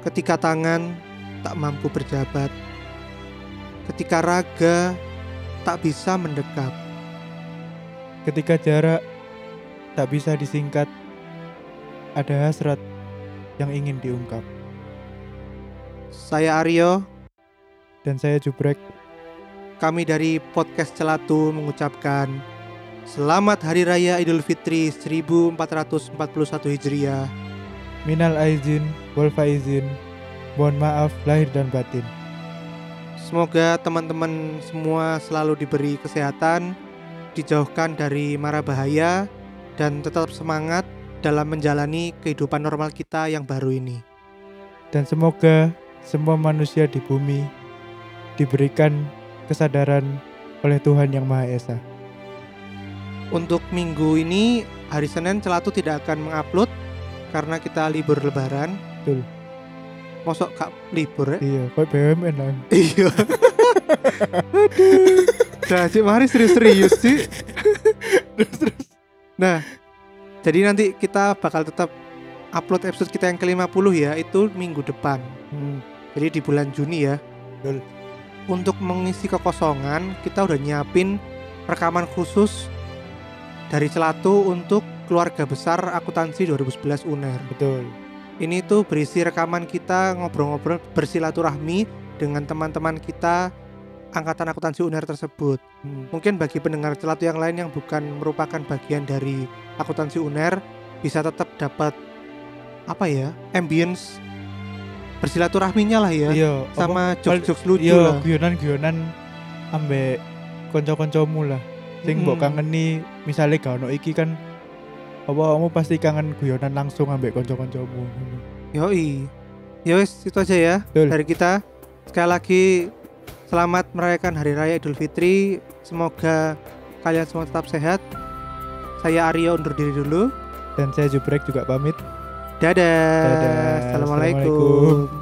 ketika tangan tak mampu berjabat, ketika raga tak bisa mendekap, Ketika jarak tak bisa disingkat, ada hasrat yang ingin diungkap. Saya Aryo, Dan saya Jubrek. kami dari Podcast Celatu mengucapkan Selamat Hari Raya Idul Fitri 1441 Hijriah. Minal aizin, wal faizin. Mohon maaf lahir dan batin. Semoga teman-teman semua selalu diberi kesehatan, dijauhkan dari mara bahaya, dan tetap semangat dalam menjalani kehidupan normal kita yang baru ini. Dan semoga semua manusia di bumi diberikan kesadaran oleh Tuhan Yang Maha Esa. Untuk minggu ini, hari Senin Celatu tidak akan mengupload karena kita libur lebaran. Betul. Mosok gak libur ya? Iya, kayak BUMN lah. Iya. Aduh. Nah, Cik Mari serius-serius sih. Terus. Nah, jadi nanti kita bakal tetap upload episode kita yang ke-50 ya, itu minggu depan. Jadi di bulan Juni ya. Betul. Untuk mengisi kekosongan, kita udah nyiapin rekaman khusus dari Celatu untuk keluarga besar akuntansi 2011 UNER. Betul. Ini tuh berisi rekaman kita ngobrol-ngobrol bersilaturahmi dengan teman-teman kita angkatan akuntansi UNER tersebut. Mungkin bagi pendengar Celatu yang lain yang bukan merupakan bagian dari akuntansi UNER bisa tetap dapat ambience bersilaturahminya lah ya. Iya, sama jokes-jokes lucu iya, lah. guyonan ambek konco-koncomu lah. Sing mbok kangeni misale gak ono iki kan kamu pasti kangen guyonan langsung ambek konco-koncomu. Yoi. Ya wes itu aja ya. Betul. Dari kita. Sekali lagi selamat merayakan Hari Raya Idul Fitri. Semoga kalian semua tetap sehat. Saya Aryo undur diri dulu. Dan saya Jubrek juga pamit. Dadah. Dadah. Assalamualaikum.